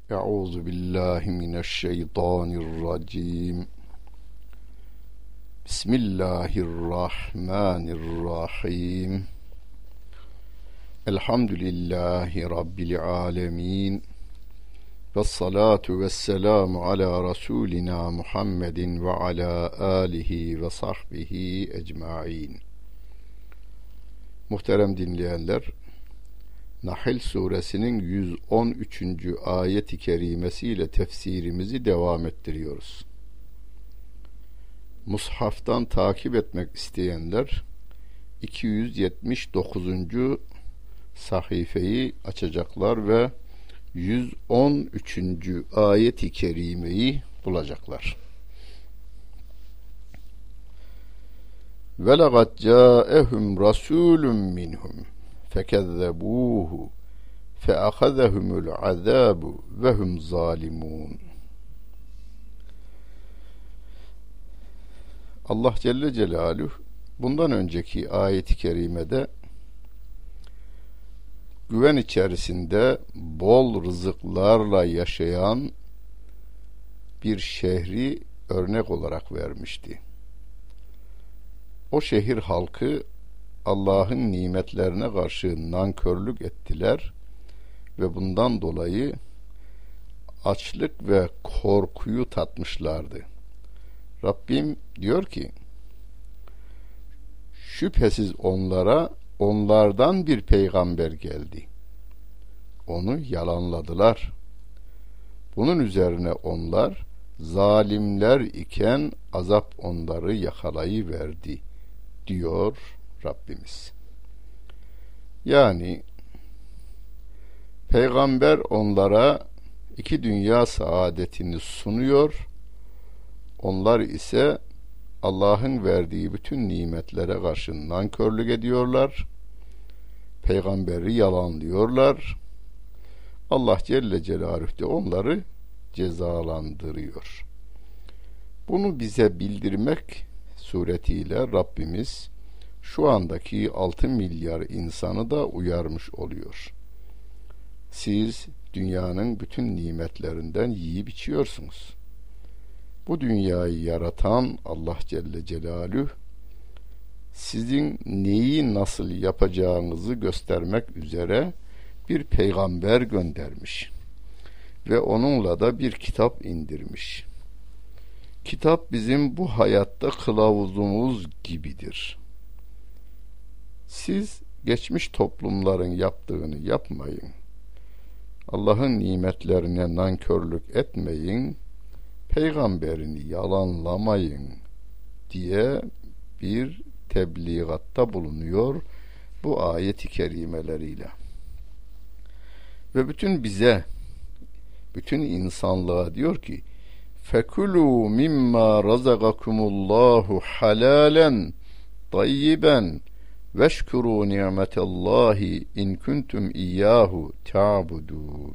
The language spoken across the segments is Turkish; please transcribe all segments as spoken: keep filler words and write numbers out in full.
Euzu billahi mineşşeytanirracim. Bismillahirrahmanirrahim. Elhamdülillahi Rabbil alemin. Vessalatu vesselamu ala Resulina Muhammedin ve ala alihi ve sahbihi ecmain. Muhterem dinleyenler, Nahl suresinin yüz on üçüncü ayet-i kerimesiyle tefsirimizi devam ettiriyoruz. Mushaftan takip etmek isteyenler iki yüz yetmiş dokuzuncu sayfayı açacaklar ve yüz on üçüncü ayet-i kerimeyi bulacaklar. Ve laqad câehum rasûlun minhum fekezzebuhu feahazahumul azabu ve hum zalimun. Allah Celle Celaluhu bundan önceki ayet-i kerimede güven içerisinde bol rızıklarla yaşayan bir şehri örnek olarak vermişti. O şehir halkı Allah'ın nimetlerine karşı nankörlük ettiler ve bundan dolayı açlık ve korkuyu tatmışlardı. Rabbim diyor ki, şüphesiz onlara onlardan bir peygamber geldi. Onu yalanladılar. Bunun üzerine onlar zalimler iken azap onları yakalayıverdi diyor Rabbimiz. Yani peygamber onlara iki dünya saadetini sunuyor. Onlar ise Allah'ın verdiği bütün nimetlere karşı nankörlük ediyorlar. Peygamberi yalanlıyorlar. Allah Celle Celaluhu de onları cezalandırıyor. Bunu bize bildirmek suretiyle Rabbimiz şu andaki altı milyar insanı da uyarmış oluyor. Siz dünyanın bütün nimetlerinden yiyip içiyorsunuz. Bu dünyayı yaratan Allah Celle Celaluhu sizin neyi nasıl yapacağınızı göstermek üzere bir peygamber göndermiş ve onunla da bir kitap indirmiş. Kitap bizim bu hayatta kılavuzumuz gibidir. Siz geçmiş toplumların yaptığını yapmayın. Allah'ın nimetlerine nankörlük etmeyin. Peygamberini yalanlamayın diye bir tebliğatta bulunuyor bu ayet-i kerimeleriyle. Ve bütün bize, bütün insanlığa diyor ki, فَكُلُوا مِمَّا رَزَقَكُمُ اللّٰهُ حَلَالًا طَيِّبًا وَاشْكُرُوا نِعْمَةَ اللّٰهِ اِنْ كُنْتُمْ اِيَّاهُ تَعْبُدُونَ.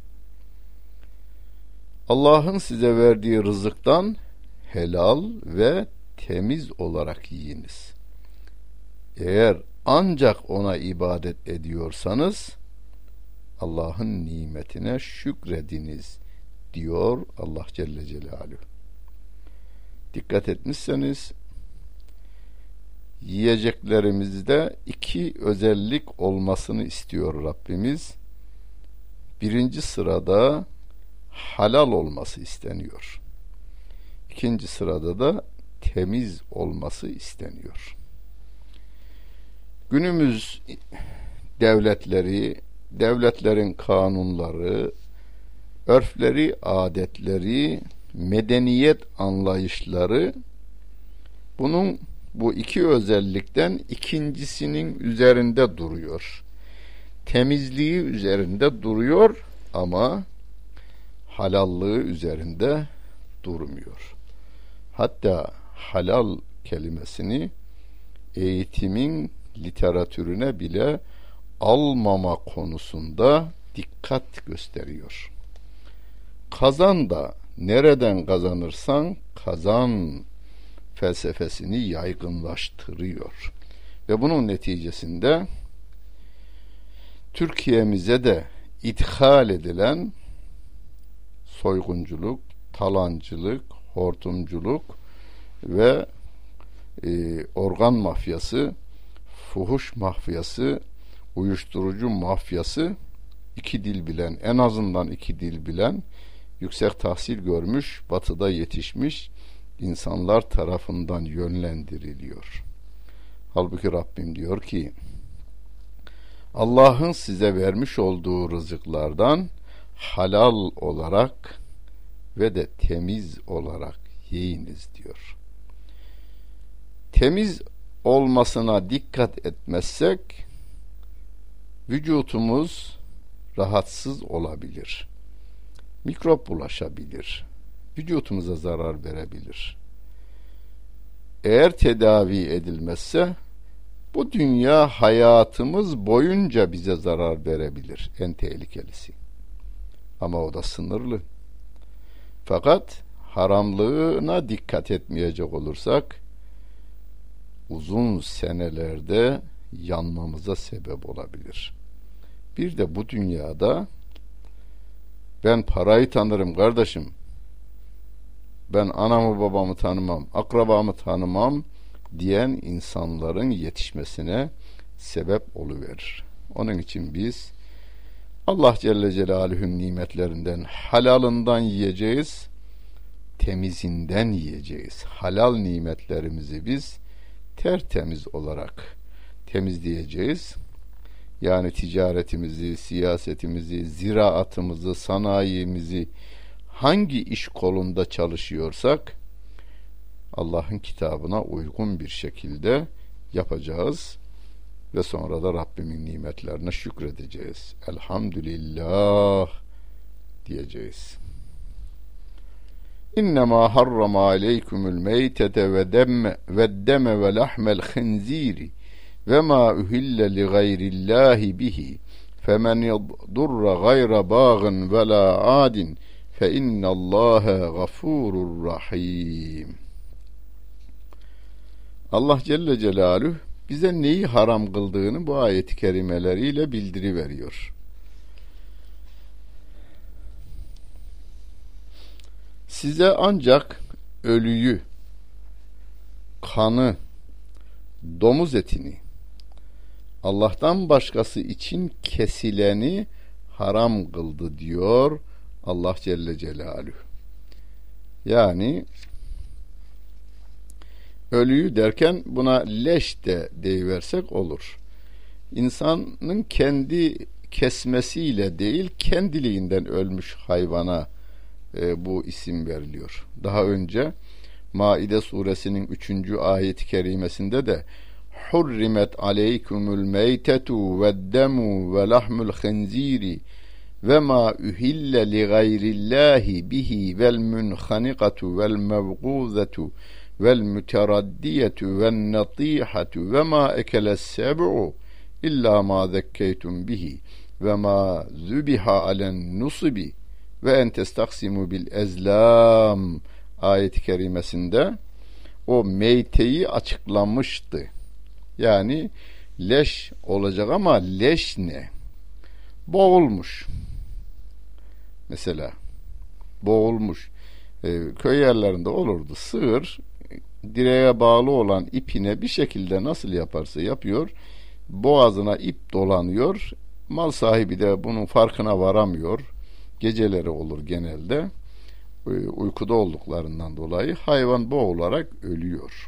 Allah'ın size verdiği rızıktan helal ve temiz olarak yiyiniz. Eğer ancak ona ibadet ediyorsanız Allah'ın nimetine şükrediniz diyor Allah Celle Celaluhu. Dikkat etmişseniz yiyeceklerimizde iki özellik olmasını istiyor Rabbimiz. Birinci sırada halal olması isteniyor. İkinci sırada da temiz olması isteniyor. Günümüz devletleri, devletlerin kanunları, örfleri, adetleri, medeniyet anlayışları bunun bu iki özellikten ikincisinin üzerinde duruyor. Temizliği üzerinde duruyor ama halallığı üzerinde durmuyor. Hatta halal kelimesini eğitimin literatürüne bile almama konusunda dikkat gösteriyor. Kazan da nereden kazanırsan kazan felsefesini yaygınlaştırıyor. Ve bunun neticesinde Türkiye'mize de ithal edilen soygunculuk, talancılık, hortumculuk ve e, organ mafyası, fuhuş mafyası, uyuşturucu mafyası, iki dil bilen, en azından iki dil bilen, yüksek tahsil görmüş, batıda yetişmiş insanlar tarafından yönlendiriliyor. Halbuki Rabbim diyor ki, Allah'ın size vermiş olduğu rızıklardan halal olarak ve de temiz olarak yiyiniz diyor. Temiz olmasına dikkat etmezsek vücutumuz rahatsız olabilir. Mikrop bulaşabilir. Vücutumuza zarar verebilir. Eğer tedavi edilmezse bu dünya hayatımız boyunca bize zarar verebilir. En tehlikelisi. Ama o da sınırlı. Fakat haramlığına dikkat etmeyecek olursak uzun senelerde yanmamıza sebep olabilir. Bir de bu dünyada ben parayı tanırım kardeşim, ben anamı babamı tanımam, akrabamı tanımam diyen insanların yetişmesine sebep oluverir. Onun için biz Allah Celle Celaluhu'nun nimetlerinden halalından yiyeceğiz, temizinden yiyeceğiz. Halal nimetlerimizi biz tertemiz olarak temizleyeceğiz. Yani ticaretimizi, siyasetimizi, ziraatımızı, sanayimizi, hangi iş kolunda çalışıyorsak Allah'ın kitabına uygun bir şekilde yapacağız ve sonra da Rabbimin nimetlerine şükredeceğiz. Elhamdülillah diyeceğiz. İnnemâ harrama aleykumul meytete ve demme ve deme ve lahmel khinziri ve ma uhille li gayrillahi bihi femen yadurra gayra bağın ve la adin fe innallâhe gafurur rahim. Allah Celle Celaluhu bize neyi haram kıldığını bu ayet-i kerimeleriyle bildiriveriyor. Size ancak ölüyü, kanı, domuz etini, Allah'tan başkası için kesileni haram kıldı diyor Allah Celle Celaluhu. Yani ölüyü derken buna leş de deyiversek olur. İnsanın kendi kesmesiyle değil, kendiliğinden ölmüş hayvana e, bu isim veriliyor. Daha önce Maide suresinin üçüncü ayet-i kerimesinde de hurrimet aleykumul meytetu veddemu ve lahmul khinziri ve ma uhille li gayrillahi bihi vel munhanikatu vel mevguzetu vel müteraddiyetu vel natihatu ve ma ekeles seb'u illa ma zekkeytum bihi ve ma zübiha alen nusubi ve en testaksimu bil ezlam ayet-i kerimesinde o meyteyi açıklamıştı. Yani leş olacak ama leş ne? Boğulmuş. Mesela boğulmuş. Ee, köy yerlerinde olurdu. Sığır direğe bağlı olan ipine bir şekilde nasıl yaparsa yapıyor. Boğazına ip dolanıyor. Mal sahibi de bunun farkına varamıyor. Geceleri olur genelde. Uykuda olduklarından dolayı hayvan boğularak ölüyor.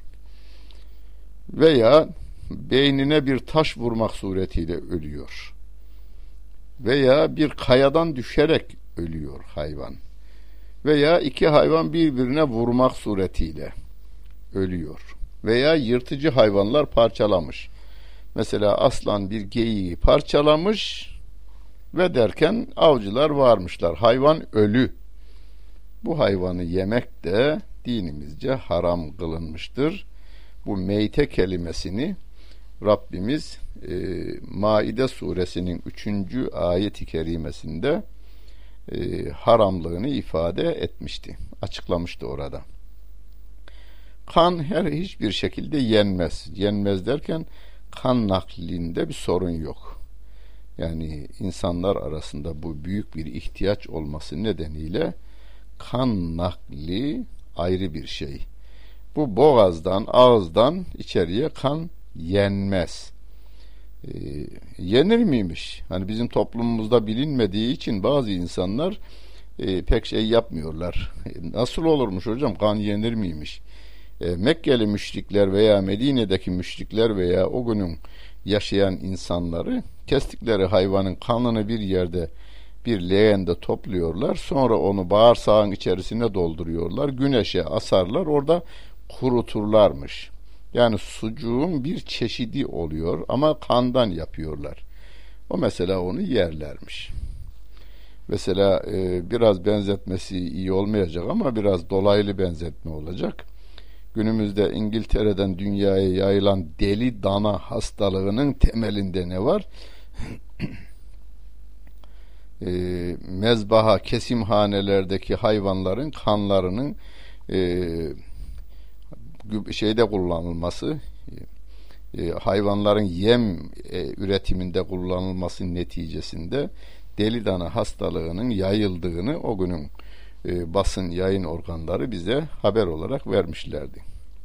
Veya beynine bir taş vurmak suretiyle ölüyor. Veya bir kayadan düşerek ölüyor hayvan. Veya iki hayvan birbirine vurmak suretiyle ölüyor. Veya yırtıcı hayvanlar parçalamış. Mesela aslan bir geyiği parçalamış ve derken avcılar varmışlar. Hayvan ölü. Bu hayvanı yemek de dinimizce haram kılınmıştır. Bu meyte kelimesini Rabbimiz e, Maide suresinin üçüncü ayet-i kerimesinde e, haramlığını ifade etmişti. Açıklamıştı orada. Kan her hiçbir şekilde yenmez. Yenmez derken kan naklinde bir sorun yok. Yani insanlar arasında bu büyük bir ihtiyaç olması nedeniyle kan nakli ayrı bir şey. Bu boğazdan, ağızdan içeriye kan yenmez. E, yenir miymiş? Hani bizim toplumumuzda bilinmediği için bazı insanlar e, pek şey yapmıyorlar. E, nasıl olurmuş hocam? Kan yenir miymiş? E, Mekkeli müşrikler veya Medine'deki müşrikler veya o günün yaşayan insanları kestikleri hayvanın kanını bir yerde bir leğende topluyorlar. Sonra onu bağırsağın içerisine dolduruyorlar. Güneşe asarlar. Orada kuruturlarmış. Yani sucuğun bir çeşidi oluyor ama kandan yapıyorlar. O mesela onu yerlermiş. Mesela e, biraz benzetmesi iyi olmayacak ama biraz dolaylı benzetme olacak. Günümüzde İngiltere'den dünyaya yayılan deli dana hastalığının temelinde ne var? e, mezbaha, kesimhanelerdeki hayvanların kanlarının e, şeyde kullanılması, e, hayvanların yem e, üretiminde kullanılması neticesinde deli dana hastalığının yayıldığını o günün e, basın yayın organları bize haber olarak vermişlerdi.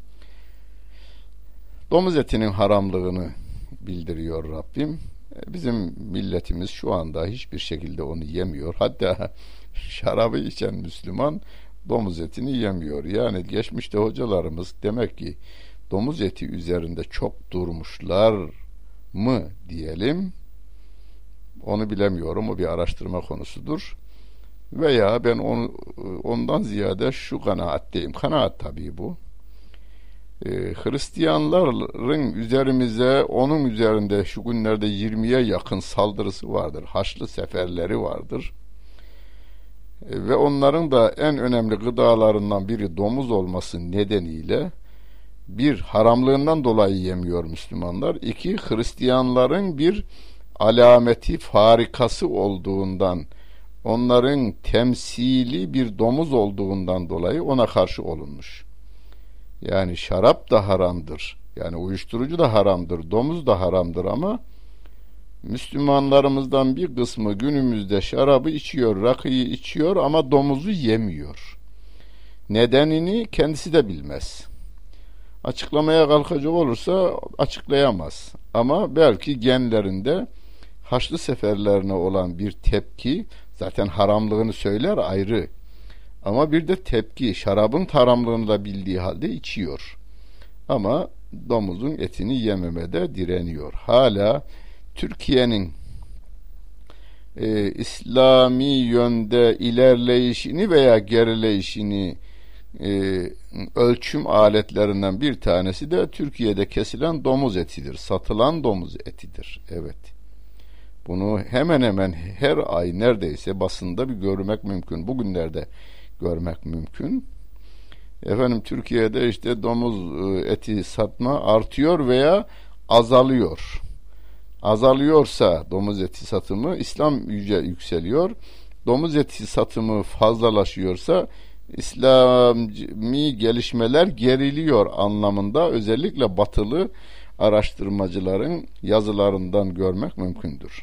Domuz etinin haramlığını bildiriyor Rabbim. E, bizim milletimiz şu anda hiçbir şekilde onu yemiyor. Hatta şarabı içen Müslüman domuz etini yemiyor. Yani geçmişte hocalarımız demek ki domuz eti üzerinde çok durmuşlar mı diyelim, onu bilemiyorum. O bir araştırma konusudur. Veya ben onu, ondan ziyade şu kanaatteyim. Kanaat tabii bu. Ee, Hristiyanların üzerimize onun üzerinde şu günlerde yirmiye yakın saldırısı vardır. Haçlı seferleri vardır. Ee, ve onların da en önemli gıdalarından biri domuz olması nedeniyle bir, haramlığından dolayı yemiyor Müslümanlar. İki, Hristiyanların bir alameti farikası olduğundan, onların temsili bir domuz olduğundan dolayı ona karşı olunmuş. Yani şarap da haramdır. Yani uyuşturucu da haramdır. Domuz da haramdır ama Müslümanlarımızdan bir kısmı günümüzde şarabı içiyor, rakıyı içiyor ama domuzu yemiyor. Nedenini kendisi de bilmez. Açıklamaya kalkacak olursa açıklayamaz. Ama belki genlerinde Haçlı seferlerine olan bir tepki, zaten haramlığını söyler ayrı. Ama bir de tepki, şarabın haramlığını da bildiği halde içiyor. Ama domuzun etini yememede direniyor. Hala Türkiye'nin e, İslami yönde ilerleyişini veya gerileyişini e, ölçüm aletlerinden bir tanesi de Türkiye'de kesilen domuz etidir. Satılan domuz etidir. Evet. Bunu hemen hemen her ay neredeyse basında bir görmek mümkün. Bugünlerde görmek mümkün. Efendim Türkiye'de işte domuz eti satma artıyor veya azalıyor. Azalıyorsa domuz eti satımı, İslam yüce yükseliyor. Domuz eti satımı fazlalaşıyorsa İslami gelişmeler geriliyor anlamında özellikle batılı araştırmacıların yazılarından görmek mümkündür.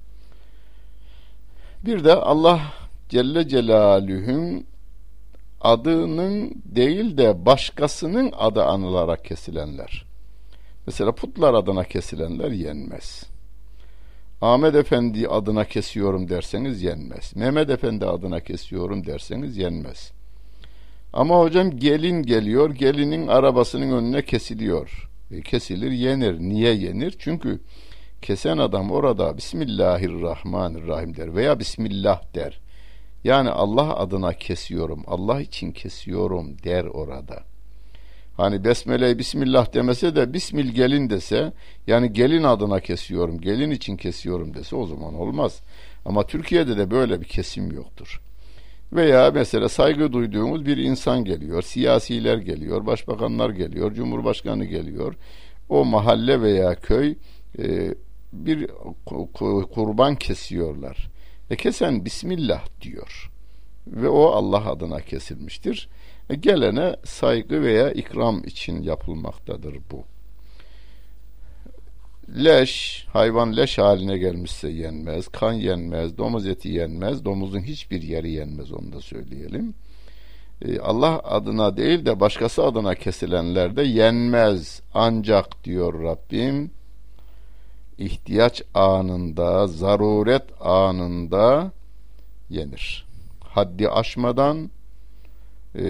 Bir de Allah Celle Celaluhu'nun adının değil de başkasının adı anılarak kesilenler. Mesela putlar adına kesilenler yenmez. Ahmet Efendi adına kesiyorum derseniz yenmez. Mehmet Efendi adına kesiyorum derseniz yenmez. Ama hocam gelin geliyor, gelinin arabasının önüne kesiliyor. E, kesilir, yenir. Niye yenir? Çünkü kesen adam orada Bismillahirrahmanirrahim der veya Bismillah der. Yani Allah adına kesiyorum, Allah için kesiyorum der orada. Hani Besmele-i Bismillah demese de Bismil gelin dese, yani gelin adına kesiyorum, gelin için kesiyorum dese o zaman olmaz. Ama Türkiye'de de böyle bir kesim yoktur. Veya mesela saygı duyduğumuz bir insan geliyor, siyasiler geliyor, başbakanlar geliyor, cumhurbaşkanı geliyor. O mahalle veya köy e, bir kurban kesiyorlar. E kesen Bismillah diyor. Ve o Allah adına kesilmiştir. E gelene saygı veya ikram için yapılmaktadır bu. leş, hayvan leş haline gelmişse yenmez, kan yenmez, domuz eti yenmez, domuzun hiçbir yeri yenmez, onu da söyleyelim. Ee, Allah adına değil de başkası adına kesilenler de yenmez. Ancak diyor Rabbim, ihtiyaç anında, zaruret anında yenir. Haddi aşmadan e,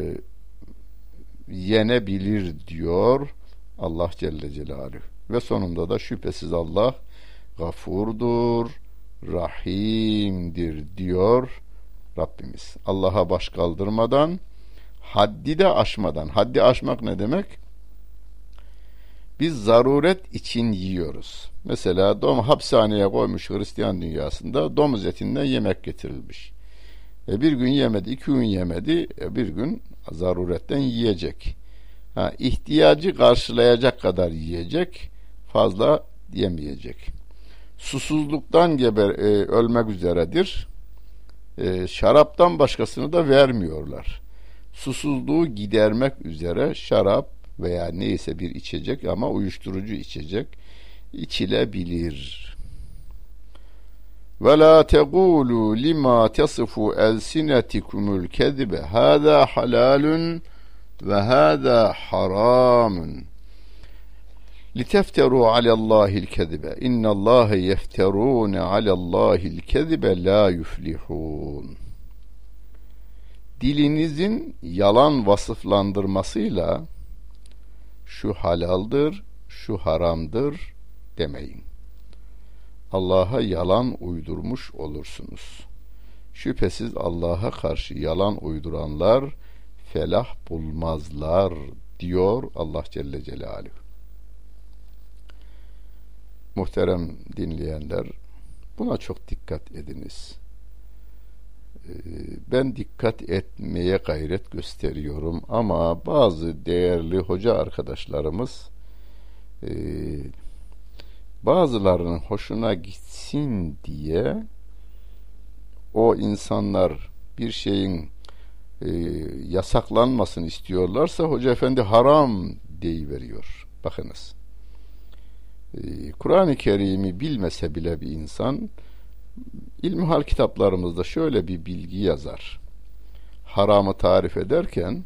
yenebilir diyor Allah Celle Celaluhu. Ve sonunda da şüphesiz Allah gafurdur, rahimdir diyor Rabbimiz. Allah'a baş kaldırmadan, haddi de aşmadan. Haddi aşmak ne demek? Biz zaruret için yiyoruz. Mesela dom hapishaneye koymuş Hristiyan dünyasında domuz etinden yemek getirilmiş. E bir gün yemedi, iki gün yemedi, e bir gün zaruretten yiyecek. Ha, ihtiyacı karşılayacak kadar yiyecek, fazla yemeyecek. Susuzluktan geber, e, ölmek üzeredir. E, şaraptan başkasını da vermiyorlar. Susuzluğu gidermek üzere şarap veya neyse bir içecek, ama uyuşturucu içecek içilebilir. Ve la tegulu lima tasifu elsinetikumul kezibe hâzâ halâlun ve hâzâ harâmun litefterû alallâhil kezibe innallâhe yefterûne alallâhil kezibe la yuflihûn. Dilinizin yalan vasıflandırmasıyla şu halaldır, şu haramdır demeyin. Allah'a yalan uydurmuş olursunuz. Şüphesiz Allah'a karşı yalan uyduranlar felah bulmazlar diyor Allah Celle Celaluhu. Muhterem dinleyenler, buna çok dikkat ediniz. Ben dikkat etmeye gayret gösteriyorum ama bazı değerli hoca arkadaşlarımız e, bazılarının hoşuna gitsin diye o insanlar bir şeyin e, yasaklanmasını istiyorlarsa hoca efendi haram deyiveriyor. Bakınız, e, Kur'an-ı Kerim'i bilmese bile bir insan İlmihal kitaplarımızda şöyle bir bilgi yazar. Haramı tarif ederken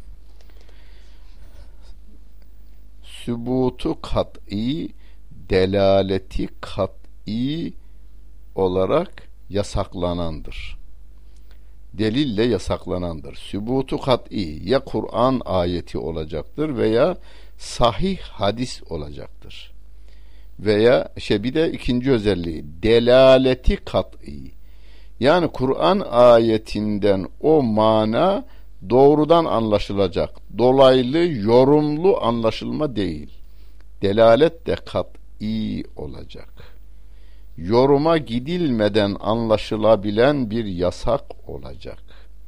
sübutu kat'i, delaleti kat'i olarak yasaklanandır. Delille yasaklanandır. Sübutu kat'i ya Kur'an ayeti olacaktır veya sahih hadis olacaktır. Veya şey bir de ikinci özelliği delaleti kat'i. Yani Kur'an ayetinden o mana doğrudan anlaşılacak. Dolaylı, yorumlu anlaşılma değil. Delalet de kat'i olacak. Yoruma gidilmeden anlaşılabilen bir yasak olacak.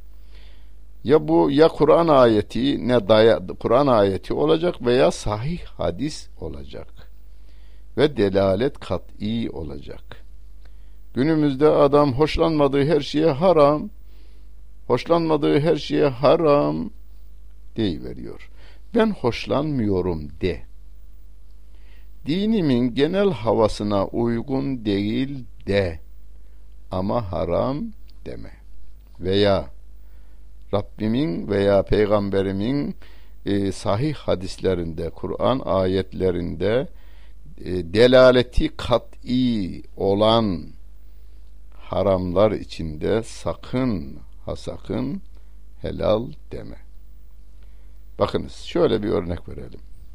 Ya bu ya Kur'an ayeti ne daya, Kur'an ayeti olacak veya sahih hadis olacak. Ve delalet kat'i olacak. Günümüzde adam hoşlanmadığı her şeye haram, hoşlanmadığı her şeye haram deyiveriyor. Ben hoşlanmıyorum de. Dinimin genel havasına uygun değil de. Ama haram deme. Veya Rabbimin veya Peygamberimin e, sahih hadislerinde, Kur'an ayetlerinde e, delaleti kat'i olan haramlar içinde sakın ha sakın helal deme. Bakınız şöyle bir örnek verelim.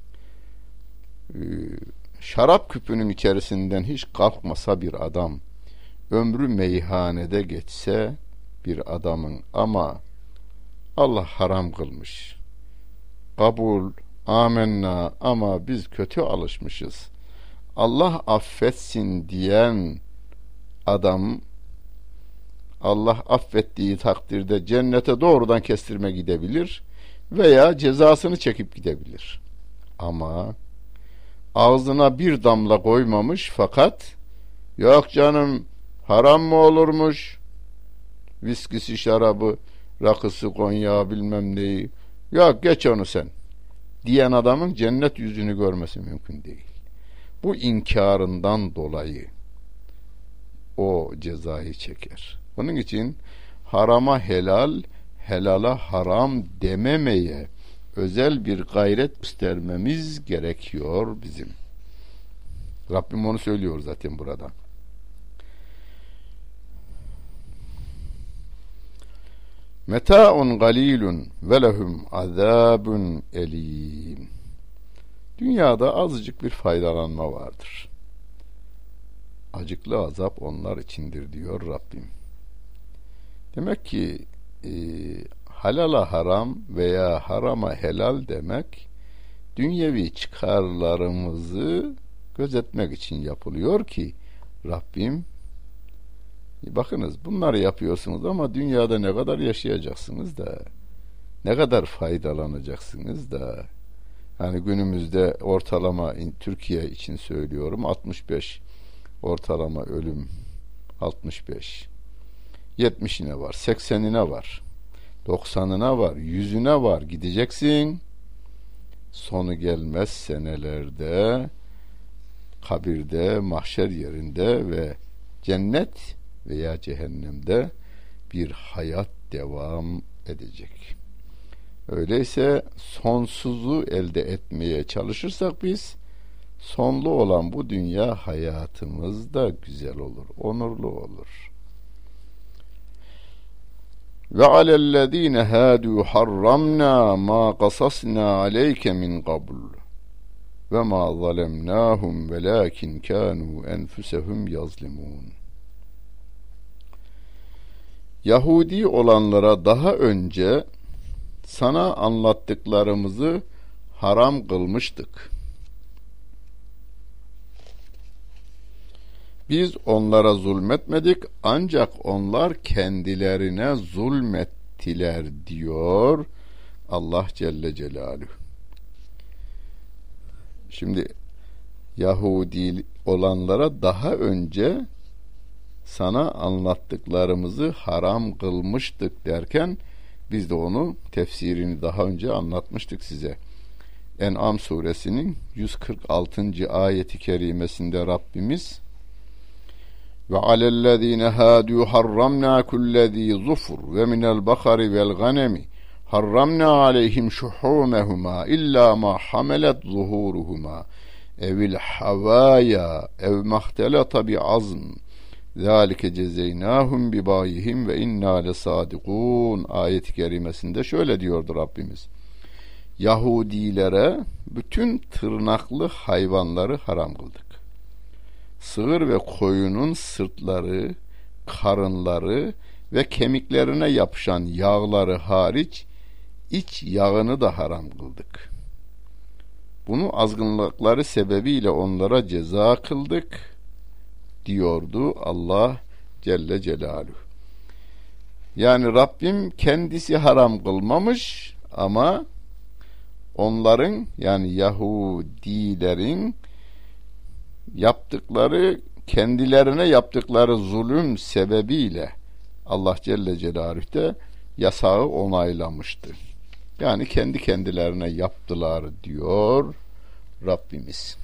Ee, şarap küpünün içerisinden hiç kalkmasa bir adam, ömrü meyhanede geçse bir adamın, ama Allah haram kılmış, kabul, amenna, ama biz kötü alışmışız, Allah affetsin diyen adam, Allah affettiği takdirde cennete doğrudan kestirme gidebilir veya cezasını çekip gidebilir. Ama ağzına bir damla koymamış, fakat yok canım haram mı olurmuş, viskisi, şarabı, rakısı, konyağı, bilmem neyi, yok geç onu sen diyen adamın cennet yüzünü görmesi mümkün değil. bu inkarından dolayı o cezayı çeker. Onun için harama helal, helala haram dememeye özel bir gayret göstermemiz gerekiyor bizim. Rabbim onu söylüyor zaten burada. Meta'un galilun ve lehum azabun elim. Dünyada azıcık bir faydalanma vardır. Acıklı azap onlar içindir diyor Rabbim. Demek ki e, halala haram veya harama helal demek dünyevi çıkarlarımızı gözetmek için yapılıyor ki Rabbim, bakınız bunları yapıyorsunuz ama dünyada ne kadar yaşayacaksınız da, ne kadar faydalanacaksınız da, hani günümüzde ortalama Türkiye için söylüyorum altmış beş ortalama ölüm, altmış beş, yetmişine var, seksenine var, doksanına var, yüzüne var, gideceksin. Sonu gelmez senelerde kabirde, mahşer yerinde ve cennet veya cehennemde bir hayat devam edecek. Öyleyse sonsuzu elde etmeye çalışırsak biz, sonlu olan bu dünya hayatımız da güzel olur, onurlu olur. Ve alellezine hadu harramna ma qasasna aleyke min qabl ve ma zalemnahum velakin kanu enfusehum yazlimun. Yahudi olanlara daha önce sana anlattıklarımızı haram kılmıştık. Biz onlara zulmetmedik, ancak onlar kendilerine zulmettiler diyor Allah Celle Celaluhu. Şimdi Yahudi olanlara daha önce sana anlattıklarımızı haram kılmıştık derken biz de onu tefsirini daha önce anlatmıştık size. En'am suresinin yüz kırk altıncı ayeti kerimesinde Rabbimiz ve alellezine hadu harramna kullezî zufur ve minel bakari vel ganemi harramna aleyhim şuhumehuma illa ma hamelet zuhuruhuma evil havaya ev mahtelata bi azm zâlike cezeynâhum bi bâyihim ve innâ lesâdikûn ayet-i kerimesinde şöyle diyordu Rabbimiz: Yahudilere bütün tırnaklı hayvanları haram kıldık. Sığır ve koyunun sırtları, karınları ve kemiklerine yapışan yağları hariç iç yağını da haram kıldık. Bunu azgınlıkları sebebiyle onlara ceza kıldık diyordu Allah Celle Celaluhu. Yani Rabbim kendisi haram kılmamış ama onların, yani Yahudilerin yaptıkları, kendilerine yaptıkları zulüm sebebiyle Allah Celle Celaluhu de yasağı onaylamıştı. Yani kendi kendilerine yaptılar diyor Rabbimiz.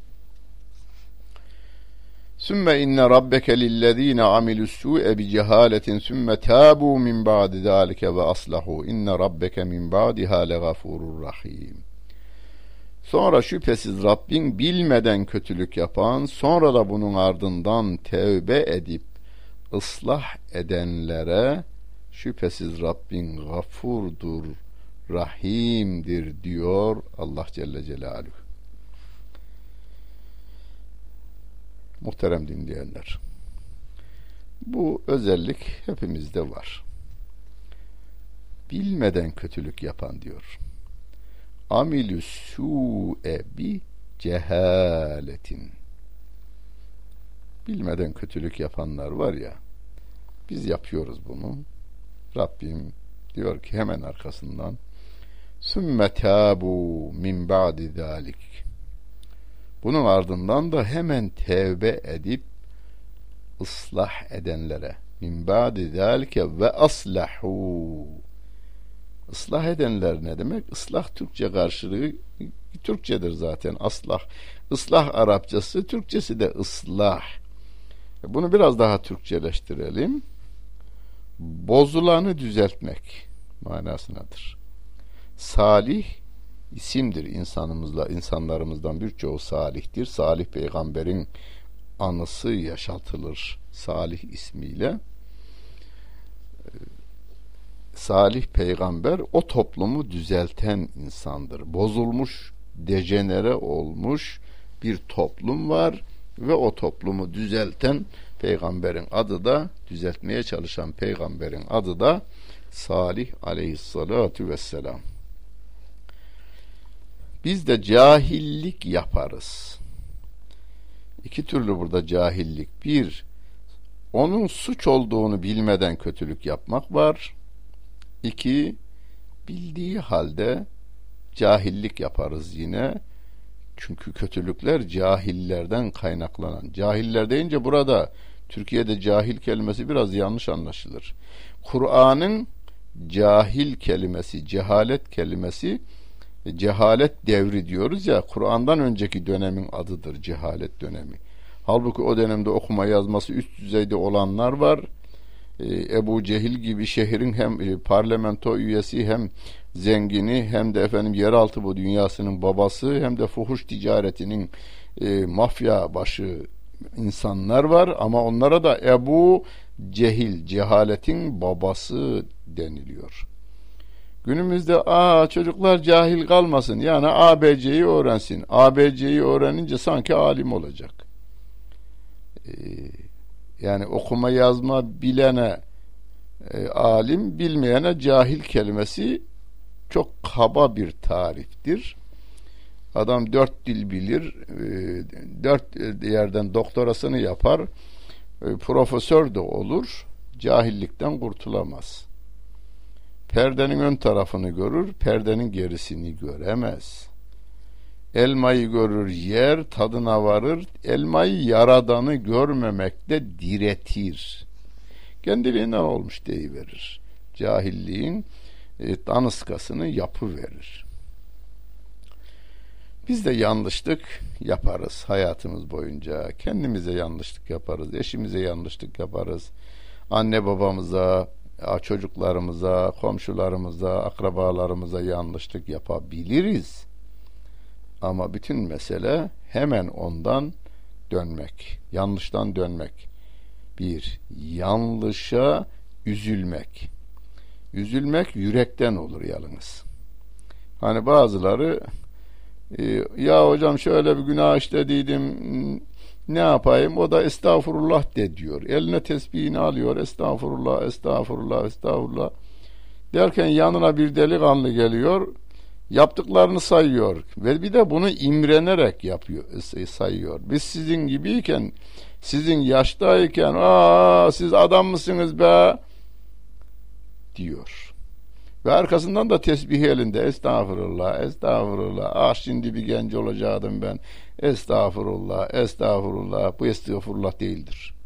Sümme inne rabbeke lillezine amilussu'e bi cehaletin sümme tabu min ba'di zalike ve aslahu inne rabbeke min ba'diha legafurur rahim. Sonra şüphesiz Rabbin bilmeden kötülük yapan, sonra da bunun ardından tevbe edip ıslah edenlere şüphesiz Rabbin gafurdur, rahimdir diyor Allah Celle Celaluhu. Muhterem dinleyenler, bu özellik hepimizde var. Bilmeden kötülük yapan diyor. Amilü su'e bi cehaletin. Bilmeden kötülük yapanlar var ya, biz yapıyoruz bunu. Rabbim diyor ki hemen arkasından sümme tabu min ba'di zalik. Bunun ardından da hemen tevbe edip ıslah edenlere min ba'di zalike ve aslahu, Islah edenler ne demek? Islah Türkçe karşılığı Türkçedir zaten. Aslah. Islah Arapçası, Türkçesi de ıslah. Bunu biraz daha Türkçeleştirelim. Bozulanı düzeltmek manasındadır. Salih isimdir insanımızla, insanlarımızdan birçoğu salihtir. Salih peygamberin anısı yaşatılır Salih ismiyle. Salih peygamber o toplumu düzelten insandır. Bozulmuş, dejenere olmuş bir toplum var ve o toplumu düzelten peygamberin adı da, düzeltmeye çalışan peygamberin adı da Salih aleyhissalatu vesselam. Biz de cahillik yaparız. İki türlü burada cahillik. Bir, onun suç olduğunu bilmeden kötülük yapmak var. İki, bildiği halde cahillik yaparız yine. Çünkü kötülükler cahillerden kaynaklanan. Cahiller deyince burada Türkiye'de cahil kelimesi biraz yanlış anlaşılır. Kur'an'ın cahil kelimesi, cehalet kelimesi, cehalet devri diyoruz ya, Kur'an'dan önceki dönemin adıdır cehalet dönemi. Halbuki o dönemde okuma yazması üst düzeyde olanlar var. Ebu Cehil gibi şehrin hem parlamento üyesi, hem zengini, hem de efendim yeraltı bu dünyasının babası, hem de fuhuş ticaretinin e, mafya başı insanlar var, ama onlara da Ebu Cehil, cehaletin babası deniliyor. Günümüzde aa çocuklar cahil kalmasın, yani A B C'yi öğrensin. A B C'yi öğrenince sanki alim olacak. Ee, yani okuma yazma bilene e, alim, bilmeyene cahil kelimesi çok kaba bir tariftir. Adam dört dil bilir, e, dört yerden doktorasını yapar, e, profesör de olur, cahillikten kurtulamaz. Perdenin ön tarafını görür, perdenin gerisini göremez. Elmayı görür yer, tadına varır, elmayı yaradanı görmemekte diretir. Kendiliğinden olmuş deyiverir. Cahilliğin e, daniskasını yapıverir. Biz de yanlışlık yaparız hayatımız boyunca. Kendimize yanlışlık yaparız, eşimize yanlışlık yaparız, anne babamıza, çocuklarımıza, komşularımıza, akrabalarımıza yanlışlık yapabiliriz. Ama bütün mesele hemen ondan dönmek, yanlıştan dönmek. Bir, yanlışa üzülmek. Üzülmek yürekten olur yalnız. Hani bazıları e, ya hocam şöyle bir günah işlediydim, ne yapayım? O da estağfurullah de diyor. Eline tesbihini alıyor. Estağfurullah, estağfurullah, estağfurullah derken yanına bir delikanlı geliyor. Yaptıklarını sayıyor. Ve bir de bunu imrenerek yapıyor, sayıyor. Biz sizin gibiyken, sizin yaştayken, aa siz adam mısınız be diyor. Ve arkasından da tesbih elinde. Estağfurullah, estağfurullah. Ah şimdi bir genç olacaktım ben. Estağfurullah, estağfurullah. Bu estağfurullah değildir.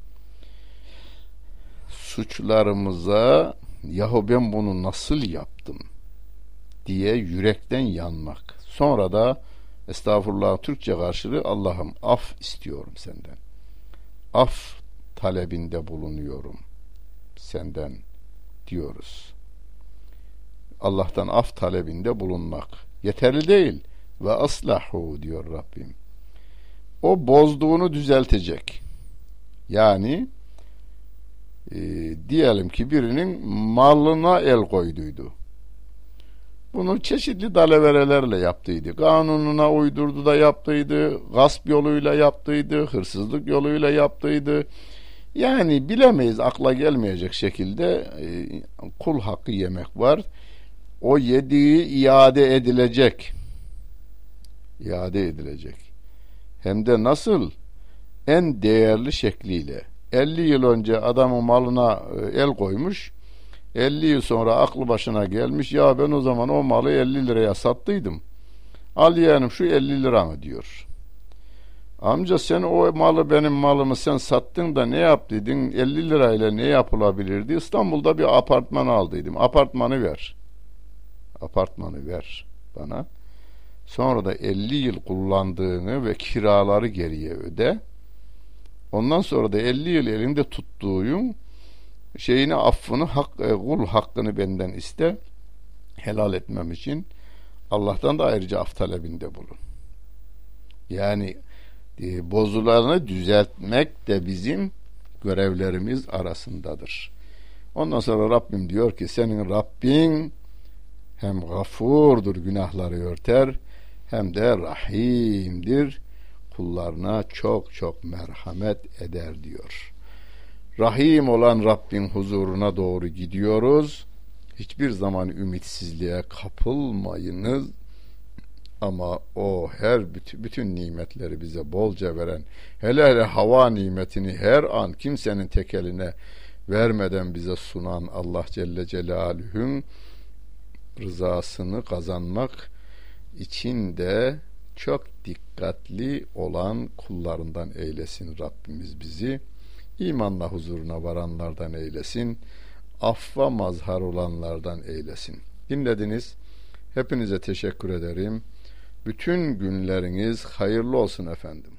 Suçlarımıza yahu ben bunu nasıl yaptım diye yürekten yanmak. Sonra da estağfurullah Türkçe karşılığı Allah'ım af istiyorum senden. Af talebinde bulunuyorum senden diyoruz. Allah'tan af talebinde bulunmak yeterli değil. Ve aslahu diyor Rabbim. O bozduğunu düzeltecek. Yani e, diyelim ki birinin malına el koyduydu. Bunu çeşitli dalaverelerle yaptıydı. Kanununa uydurdu da yaptıydı. Gasp yoluyla yaptıydı. Hırsızlık yoluyla yaptıydı. Yani bilemeyiz, akla gelmeyecek şekilde e, kul hakkı yemek var. O yediği iade edilecek. İade edilecek. Hem de nasıl? En değerli şekliyle. elli yıl önce adamın malına el koymuş. elli yıl sonra aklı başına gelmiş. Ya ben o zaman o malı elli liraya sattıydım. Al yeğenim şu elli lira mı diyor. Amca sen o malı, benim malımı sen sattın da ne yaptıydın? elli lirayla ne yapılabilirdi? İstanbul'da bir apartman aldıydım. Apartmanı ver. apartmanı ver bana. Sonra da elli yıl kullandığını ve kiraları geriye öde. Ondan sonra da elli yıl elinde tuttuğun şeyini, affını, hak, e, kul hakkını benden iste. Helal etmem için Allah'tan da ayrıca af talebinde bulun. Yani e, bozulanı düzeltmek de bizim görevlerimiz arasındadır. Ondan sonra Rabbim diyor ki senin Rabbin hem gafurdur, günahları örter, hem de rahimdir, kullarına çok çok merhamet eder diyor. Rahim olan Rabbin huzuruna doğru gidiyoruz. Hiçbir zaman ümitsizliğe kapılmayınız. Ama o her bütün, bütün nimetleri bize bolca veren, hele hele hava nimetini her an kimsenin tek eline vermeden bize sunan Allah Celle Celaluhu'nun rızasını kazanmak için de çok dikkatli olan kullarından eylesin Rabbimiz bizi. İmanla huzuruna varanlardan eylesin. Affa mazhar olanlardan eylesin. Dinlediniz. Hepinize teşekkür ederim. Bütün günleriniz hayırlı olsun efendim.